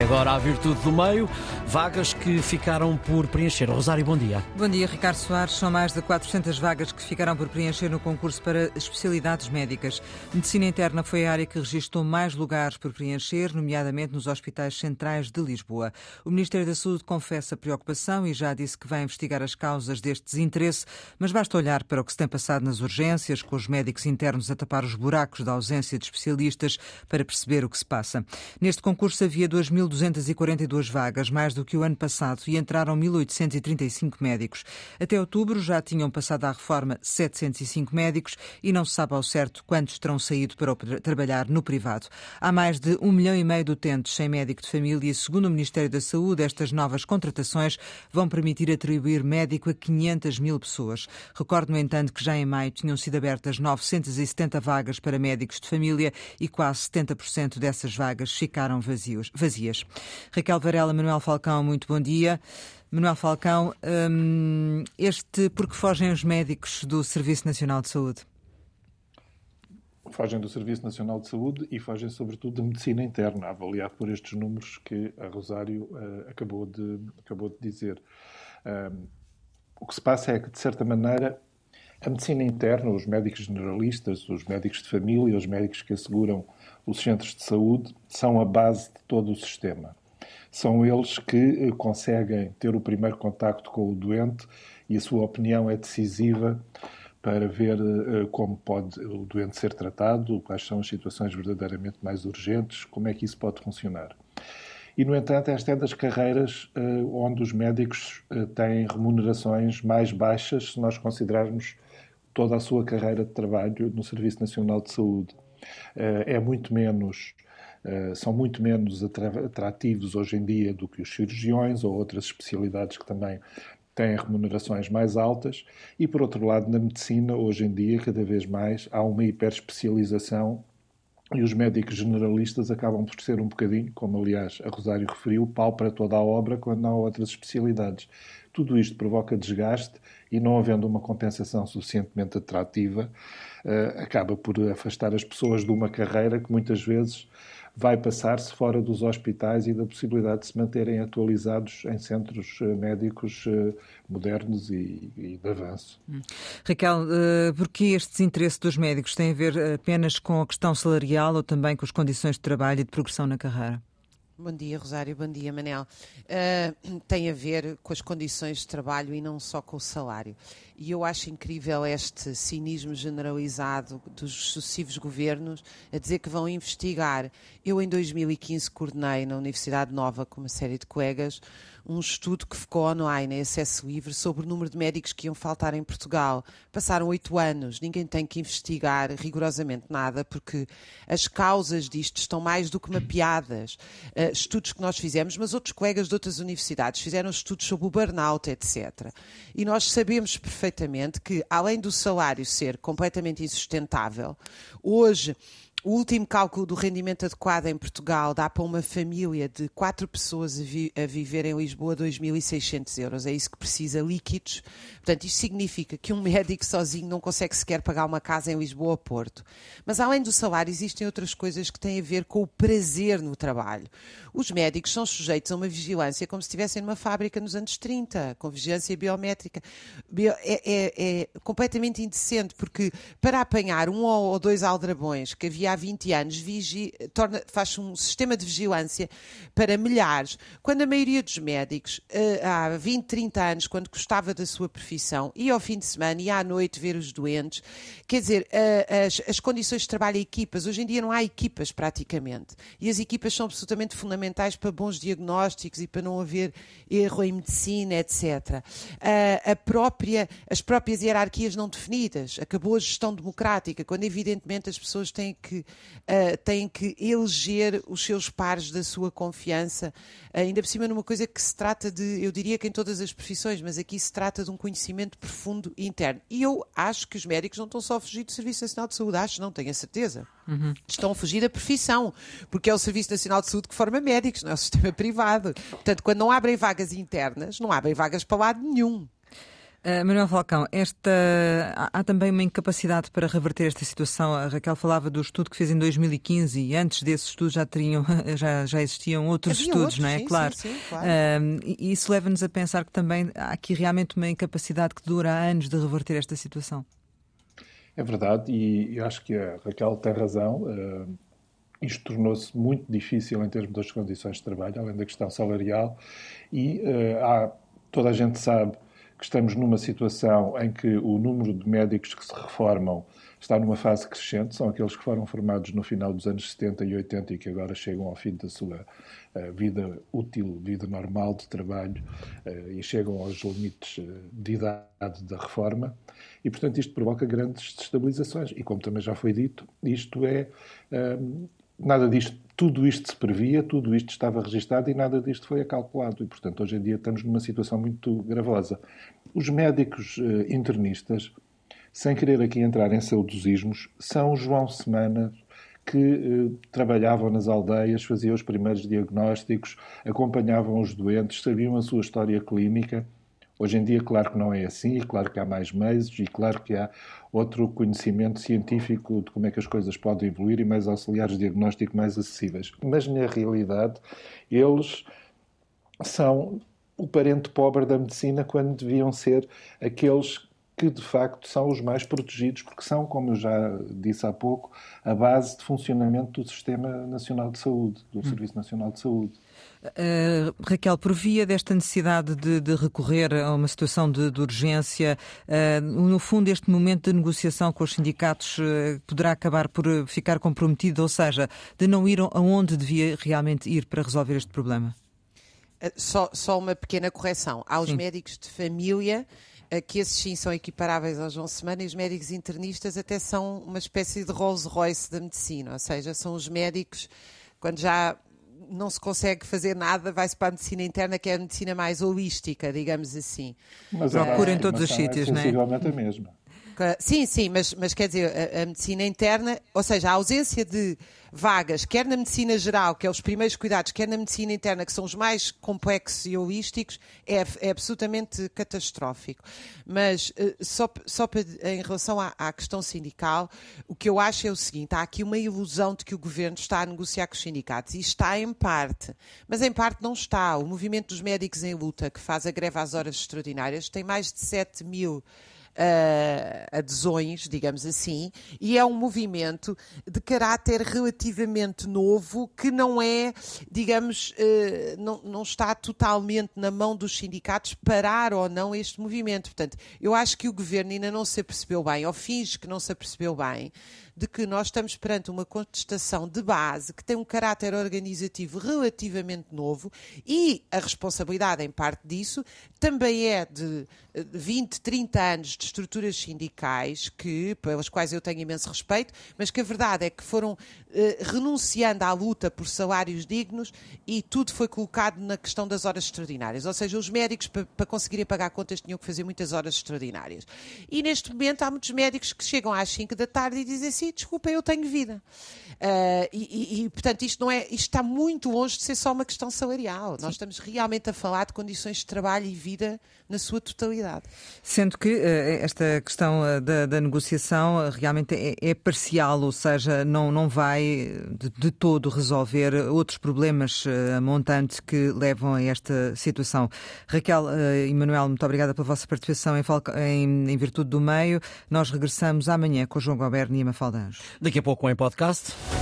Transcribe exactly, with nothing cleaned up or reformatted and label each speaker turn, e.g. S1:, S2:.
S1: Agora a virtude do meio, vagas que ficaram por preencher. Rosário, bom dia.
S2: Bom dia, Ricardo Soares. São mais de quatrocentas vagas que ficaram por preencher no concurso para especialidades médicas. Medicina interna foi a área que registrou mais lugares por preencher, nomeadamente nos hospitais centrais de Lisboa. O Ministério da Saúde confessa preocupação e já disse que vai investigar as causas deste desinteresse, mas basta olhar para o que se tem passado nas urgências, com os médicos internos a tapar os buracos da ausência de especialistas, para perceber o que se passa. Neste concurso havia dois mil duzentas e quarenta e duas vagas, mais do que o ano passado, e entraram mil oitocentos e trinta e cinco médicos. Até outubro já tinham passado à reforma setecentos e cinco médicos e não se sabe ao certo quantos terão saído para trabalhar no privado. Há mais de um milhão e meio de utentes sem médico de família e, segundo o Ministério da Saúde, estas novas contratações vão permitir atribuir médico a quinhentas mil pessoas. Recordo, no entanto, que já em maio tinham sido abertas novecentas e setenta vagas para médicos de família e quase setenta por cento dessas vagas ficaram vazios, vazias. Raquel Varela, Manuel Falcão, muito bom dia. Manuel Falcão, hum, este por que fogem os médicos do Serviço Nacional de Saúde?
S3: Fogem do Serviço Nacional de Saúde e fogem, sobretudo, de medicina interna, avaliado por estes números que a Rosário uh, acabou, de, acabou de dizer. Um, o que se passa é que, de certa maneira, a medicina interna, os médicos generalistas, os médicos de família, os médicos que asseguram os centros de saúde, são a base de todo o sistema. São eles que conseguem ter o primeiro contacto com o doente e a sua opinião é decisiva para ver como pode o doente ser tratado, quais são as situações verdadeiramente mais urgentes, como é que isso pode funcionar. E, no entanto, esta é das carreiras onde os médicos têm remunerações mais baixas se nós considerarmos toda a sua carreira de trabalho no Serviço Nacional de Saúde. É muito menos, são muito menos atrativos hoje em dia do que os cirurgiões ou outras especialidades que também têm remunerações mais altas. E, por outro lado, na medicina, hoje em dia, cada vez mais, há uma hiperespecialização e os médicos generalistas acabam por ser um bocadinho, como aliás a Rosário referiu, pau para toda a obra quando não há outras especialidades. Tudo isto provoca desgaste e, não havendo uma compensação suficientemente atrativa, uh, acaba por afastar as pessoas de uma carreira que muitas vezes vai passar-se fora dos hospitais e da possibilidade de se manterem atualizados em centros médicos modernos e, e de avanço.
S2: Hum. Raquel, uh, porquê este desinteresse dos médicos tem a ver apenas com a questão salarial ou também com as condições de trabalho e de progressão na carreira?
S4: Bom dia, Rosário. Bom dia, Manel. Uh, tem a ver com as condições de trabalho e não só com o salário. E eu acho incrível este cinismo generalizado dos sucessivos governos a dizer que vão investigar. Eu, em dois mil e quinze, coordenei na Universidade Nova, com uma série de colegas, um estudo que ficou online, em acesso livre, sobre o número de médicos que iam faltar em Portugal. Passaram oito anos, ninguém tem que investigar rigorosamente nada, porque as causas disto estão mais do que mapeadas. Uh, estudos que nós fizemos, mas outros colegas de outras universidades fizeram estudos sobre o burnout, etcétera. E nós sabemos perfeitamente que, além do salário ser completamente insustentável, hoje o último cálculo do rendimento adequado em Portugal dá para uma família de quatro pessoas a, vi- a viver em Lisboa dois mil e seiscentos euros. É isso que precisa, líquidos. Portanto, isto significa que um médico sozinho não consegue sequer pagar uma casa em Lisboa ou Porto. Mas, além do salário, existem outras coisas que têm a ver com o prazer no trabalho. Os médicos são sujeitos a uma vigilância como se estivessem numa fábrica nos anos trinta, com vigilância biométrica. Bio- é, é, é completamente indecente, porque para apanhar um ou dois aldrabões que havia há vinte anos, vigi, torna, faz um sistema de vigilância para milhares, quando a maioria dos médicos, há vinte, trinta anos, quando gostava da sua profissão, ia ao fim de semana, ia à noite ver os doentes. Quer dizer, as, as condições de trabalho e equipas, hoje em dia não há equipas praticamente, e as equipas são absolutamente fundamentais para bons diagnósticos e para não haver erro em medicina, etcétera. A, a própria, as próprias hierarquias não definidas, acabou a gestão democrática, quando evidentemente as pessoas têm que Uh, têm que eleger os seus pares da sua confiança, uh, ainda por cima numa coisa que se trata de, eu diria que em todas as profissões, mas aqui se trata de um conhecimento profundo e interno. E eu acho que os médicos não estão só a fugir do Serviço Nacional de Saúde, acho, não, tenho a certeza. Uhum. Estão a fugir da profissão, porque é o Serviço Nacional de Saúde que forma médicos, não é o sistema privado. Portanto, quando não abrem vagas internas, não abrem vagas para lado nenhum.
S2: Uh, Manuel Falcão, esta, há, há também uma incapacidade para reverter esta situação. A Raquel falava do estudo que fez em dois mil e quinze e antes desse estudo já, teriam, já, já existiam outros
S4: Havia
S2: estudos,
S4: outros,
S2: não é?
S4: Sim,
S2: claro.
S4: Sim, sim, claro.
S2: Uh, e isso leva-nos a pensar que também há aqui realmente uma incapacidade que dura há anos de reverter esta situação.
S3: É verdade, e acho que a Raquel tem razão. Uh, isto tornou-se muito difícil em termos das condições de trabalho, além da questão salarial, e uh, há, toda a gente sabe que estamos numa situação em que o número de médicos que se reformam está numa fase crescente. São aqueles que foram formados no final dos anos setenta e oitenta e que agora chegam ao fim da sua uh, vida útil, vida normal de trabalho, uh, e chegam aos limites uh, de idade da reforma. E, portanto, isto provoca grandes destabilizações. E, como também já foi dito, isto é... Uh, nada disto, tudo isto se previa, tudo isto estava registado e nada disto foi acalculado. E, portanto, hoje em dia estamos numa situação muito gravosa. Os médicos eh, internistas, sem querer aqui entrar em saudosismos, são João Semana, que eh, trabalhavam nas aldeias, faziam os primeiros diagnósticos, acompanhavam os doentes, sabiam a sua história clínica. Hoje em dia, claro que não é assim, e claro que há mais meios, e claro que há outro conhecimento científico de como é que as coisas podem evoluir e mais auxiliares de diagnóstico mais acessíveis. Mas, na realidade, eles são o parente pobre da medicina quando deviam ser aqueles que, de facto, são os mais protegidos, porque são, como eu já disse há pouco, a base de funcionamento do Sistema Nacional de Saúde, do Serviço Nacional de Saúde.
S2: Uh, Raquel, por via desta necessidade de, de recorrer a uma situação de, de urgência, uh, no fundo este momento de negociação com os sindicatos uh, poderá acabar por ficar comprometido, ou seja, de não ir aonde devia realmente ir para resolver este problema?
S4: Só, só uma pequena correção. Há os sim. médicos de família, que esses sim são equiparáveis ao João Semana, e os médicos internistas até são uma espécie de Rolls Royce da medicina, ou seja, são os médicos, quando já não se consegue fazer nada, vai-se para a medicina interna, que é a medicina mais holística, digamos assim.
S3: Mas
S2: procura em todos os sítios, não é?
S3: Sensivelmente a mesma.
S4: Sim, sim, mas, mas quer dizer, a, a medicina interna, ou seja, a ausência de vagas, quer na medicina geral, que é os primeiros cuidados, quer na medicina interna, que são os mais complexos e holísticos, é, é absolutamente catastrófico. Mas só, só para, em relação à, à questão sindical, o que eu acho é o seguinte: há aqui uma ilusão de que o governo está a negociar com os sindicatos, e está em parte, mas em parte não está. O movimento dos médicos em luta, que faz a greve às horas extraordinárias, tem mais de sete mil Uh, adesões, digamos assim, e é um movimento de caráter relativamente novo, que não é, digamos, uh, não, não está totalmente na mão dos sindicatos parar ou não este movimento. Portanto, eu acho que o governo ainda não se apercebeu bem, ou finge que não se apercebeu bem, de que nós estamos perante uma contestação de base que tem um caráter organizativo relativamente novo, e a responsabilidade em parte disso também é de vinte, trinta anos de estruturas sindicais, que, pelas quais eu tenho imenso respeito, mas que a verdade é que foram eh, renunciando à luta por salários dignos, e tudo foi colocado na questão das horas extraordinárias. Ou seja, os médicos, para, para conseguirem pagar contas, tinham que fazer muitas horas extraordinárias. E neste momento há muitos médicos que chegam às cinco da tarde e dizem assim: desculpa, eu tenho vida. Uh, e, e, e, portanto, isto, não é, isto está muito longe de ser só uma questão salarial. Sim. Nós estamos realmente a falar de condições de trabalho e vida na sua totalidade.
S2: Sendo que uh, esta questão uh, da, da negociação uh, realmente é, é parcial, ou seja, não, não vai de, de todo resolver outros problemas uh, montantes que levam a esta situação. Raquel uh, e Manuel, muito obrigada pela vossa participação em, em, em Virtude do Meio. Nós regressamos amanhã com o João Goberno e a Mafalda Anjos.
S1: Daqui a pouco em podcast.